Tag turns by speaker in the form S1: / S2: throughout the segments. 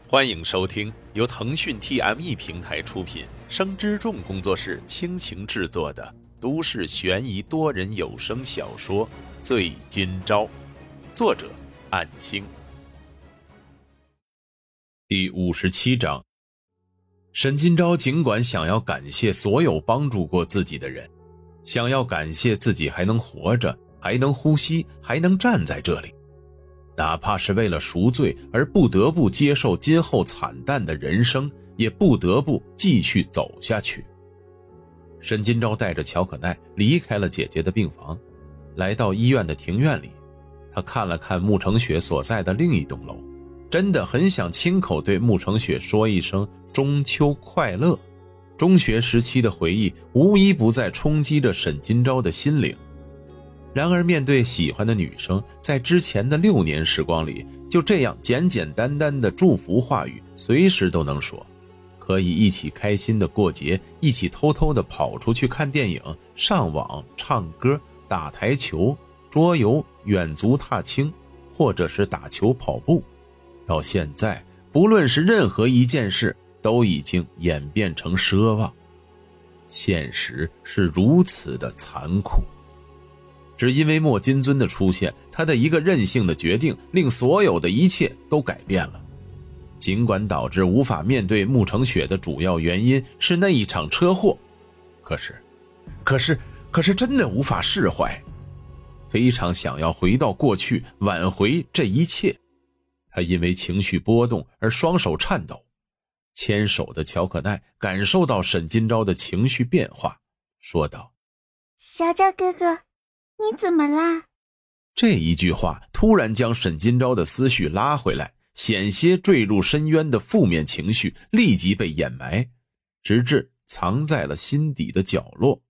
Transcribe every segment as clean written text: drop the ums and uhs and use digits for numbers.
S1: 欢迎收听由腾讯 TME 平台出品，生之众工作室倾情制作的都市悬疑多人有声小说《醉今朝》，作者暗星。第57章。沈今朝尽管想要感谢所有帮助过自己的人，想要感谢自己还能活着，还能呼吸，还能站在这里，哪怕是为了赎罪而不得不接受今后惨淡的人生，也不得不继续走下去。沈今朝带着乔可奈离开了姐姐的病房，来到医院的庭院里，他看了看穆成雪所在的另一栋楼，真的很想亲口对穆成雪说一声中秋快乐。中学时期的回忆无一不在冲击着沈今朝的心灵。然而面对喜欢的女生，在之前的6年时光里，就这样简简单单的祝福话语随时都能说，可以一起开心的过节，一起偷偷的跑出去看电影、上网、唱歌、打台球、桌游、远足踏青，或者是打球跑步。到现在，不论是任何一件事，都已经演变成奢望。现实是如此的残酷。只因为莫金尊的出现，他的一个任性的决定令所有的一切都改变了。尽管导致无法面对穆成雪的主要原因是那一场车祸，可是真的无法释怀，非常想要回到过去，挽回这一切。他因为情绪波动而双手颤抖。牵手的乔可奈感受到沈今朝的情绪变化，说道：
S2: 小赵哥哥，你怎么啦？
S1: 这一句话突然将沈今朝的思绪拉回来，险些坠入深渊的负面情绪立即被掩埋，直至藏在了心底的角落。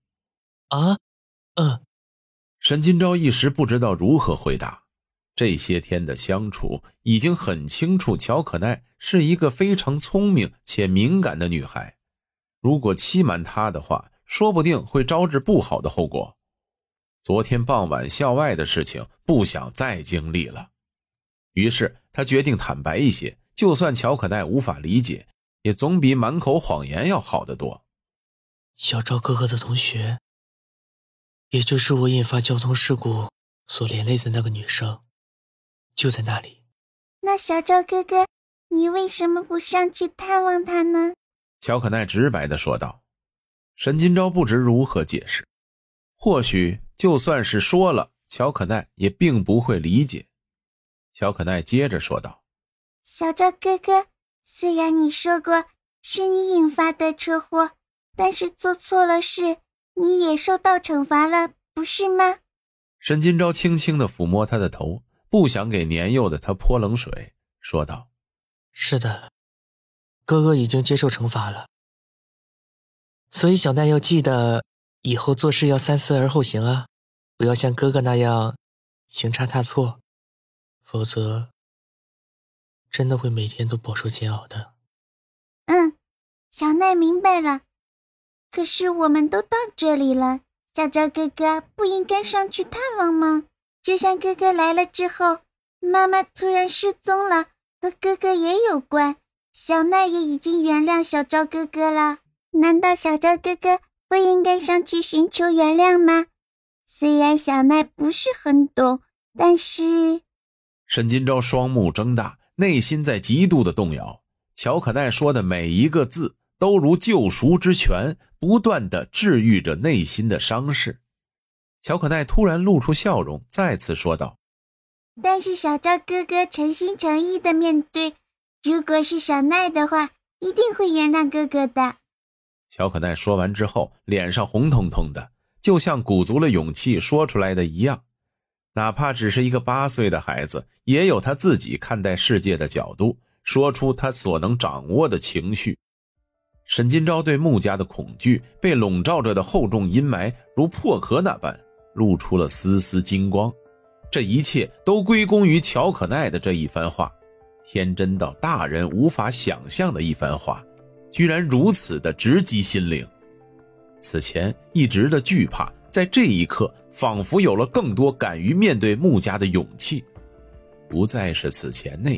S1: 沈今朝一时不知道如何回答。这些天的相处已经很清楚，乔可奈是一个非常聪明且敏感的女孩，如果欺瞒她的话，说不定会招致不好的后果。昨天傍晚校外的事情不想再经历了，于是他决定坦白一些，就算乔可奈无法理解，也总比满口谎言要好得多。
S3: 小赵哥哥的同学，也就是我引发交通事故所连累的那个女生，就在那里。
S2: 那小赵哥哥，你为什么不上去探望她呢？
S1: 乔可奈直白地说道。沈今朝不知如何解释，或许就算是说了，乔可奈也并不会理解。乔可奈接着说道：
S2: 小赵哥哥，虽然你说过是你引发的车祸，但是做错了事，你也受到惩罚了，不是吗？
S1: 沈今朝轻轻地抚摸他的头，不想给年幼的他泼冷水，说道：
S3: 是的，哥哥已经接受惩罚了，所以小奈要记得以后做事要三思而后行啊，不要像哥哥那样行差踏错，否则真的会每天都饱受煎熬的。
S2: 小奈明白了。可是我们都到这里了，小赵哥哥不应该上去探望吗？就像哥哥来了之后，妈妈突然失踪了，和哥哥也有关。小奈也已经原谅小赵哥哥了，难道小赵哥哥不应该上去寻求原谅吗？虽然小奈不是很懂，但是……
S1: 沈今朝双目睁大，内心在极度的动摇。乔可奈说的每一个字都如救赎之泉，不断地治愈着内心的伤势。乔可奈突然露出笑容，再次说道：
S2: 但是小赵哥哥诚心诚意的面对，如果是小奈的话，一定会原谅哥哥的。
S1: 乔可奈说完之后，脸上红彤彤的，就像鼓足了勇气说出来的一样。哪怕只是一个8岁的孩子，也有他自己看待世界的角度，说出他所能掌握的情绪。沈今朝对穆家的恐惧被笼罩着的厚重阴霾如破壳那般露出了丝丝金光，这一切都归功于乔可奈的这一番话，天真到大人无法想象的一番话，居然如此的直击心灵。此前一直的惧怕，在这一刻仿佛有了更多敢于面对穆家的勇气，不再是此前那样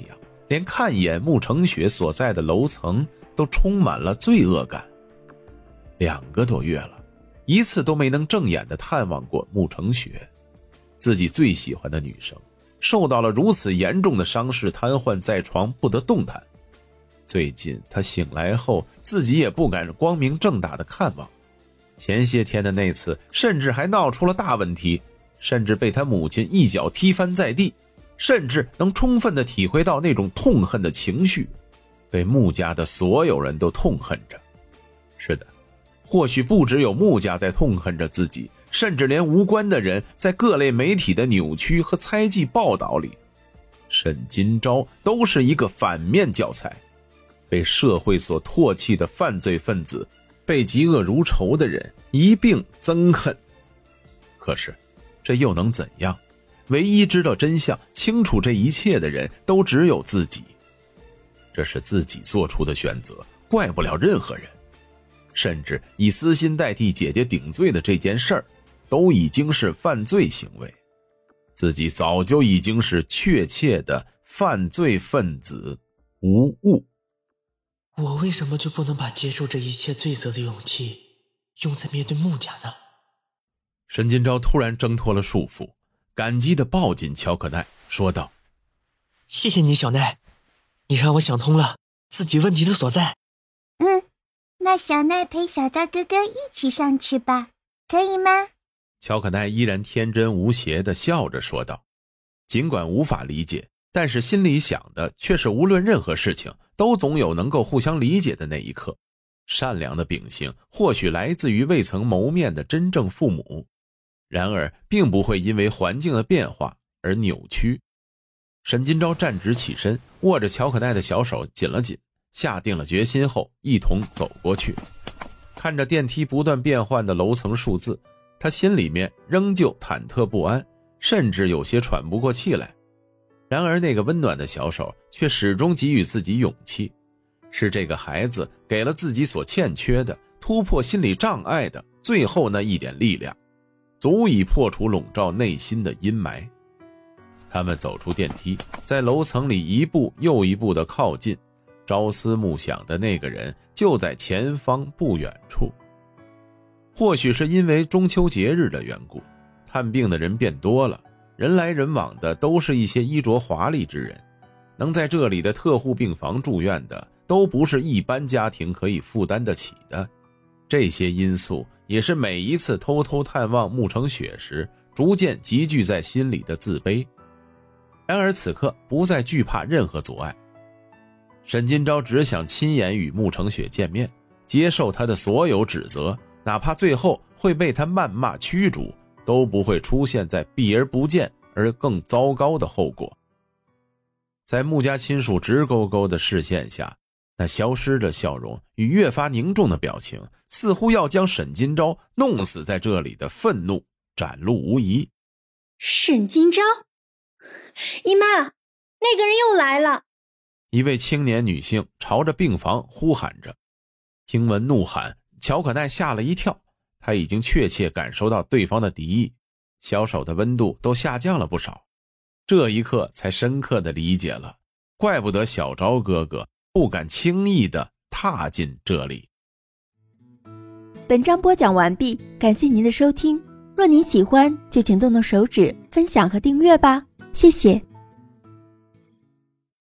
S1: 连看一眼慕承雪所在的楼层都充满了罪恶感。2个多月了，一次都没能正眼地探望过慕承雪，自己最喜欢的女生受到了如此严重的伤势，瘫痪在床不得动弹。最近他醒来后，自己也不敢光明正大的看望。前些天的那次甚至还闹出了大问题，甚至被他母亲一脚踢翻在地，甚至能充分地体会到那种痛恨的情绪，对穆家的所有人都痛恨着。是的，或许不只有穆家在痛恨着自己，甚至连无关的人在各类媒体的扭曲和猜忌报道里，沈金钊都是一个反面教材，被社会所唾弃的犯罪分子，被嫉恶如仇的人一并憎恨。可是这又能怎样？唯一知道真相、清楚这一切的人都只有自己。这是自己做出的选择，怪不了任何人。甚至以私心代替姐姐顶罪的这件事儿，都已经是犯罪行为。自己早就已经是确切的犯罪分子，无误。
S3: 我为什么就不能把接受这一切罪责的勇气用在面对穆家呢？
S1: 沈金钊突然挣脱了束缚，感激地抱紧乔可奈，说道：
S3: 谢谢你，小奈，你让我想通了自己问题的所在。
S2: 那小奈陪小昭哥哥一起上去吧，可以吗？
S1: 乔可奈依然天真无邪地笑着说道，尽管无法理解，但是心里想的却是无论任何事情都总有能够互相理解的那一刻。善良的秉性或许来自于未曾谋面的真正父母，然而并不会因为环境的变化而扭曲。沈金钊站直起身，握着乔可奈的小手紧了紧，下定了决心后一同走过去。看着电梯不断变换的楼层数字，他心里面仍旧忐忑不安，甚至有些喘不过气来。然而那个温暖的小手却始终给予自己勇气，是这个孩子给了自己所欠缺的突破心理障碍的最后那一点力量，足以破除笼罩内心的阴霾。他们走出电梯，在楼层里一步又一步地靠近，朝思暮想的那个人就在前方不远处。或许是因为中秋节日的缘故，探病的人变多了，人来人往的都是一些衣着华丽之人，能在这里的特护病房住院的都不是一般家庭可以负担得起的。这些因素也是每一次偷偷探望慕承雪时逐渐积聚在心里的自卑。然而此刻不再惧怕任何阻碍，沈金钊只想亲眼与慕承雪见面，接受他的所有指责，哪怕最后会被他谩骂驱逐，都不会出现在避而不见而更糟糕的后果。在穆家亲属直勾勾的视线下，那消失的笑容与越发凝重的表情，似乎要将沈金钊弄死在这里的愤怒展露无遗。
S4: 沈金钊，姨妈，那个人又来了！
S1: 一位青年女性朝着病房呼喊着。听闻怒喊，乔可奈吓了一跳，她已经确切感受到对方的敌意，小手的温度都下降了不少。这一刻才深刻地理解了，怪不得小昭哥哥不敢轻易地踏进这里。
S5: 本章播讲完毕，感谢您的收听。若您喜欢，就请动动手指分享和订阅吧，谢谢。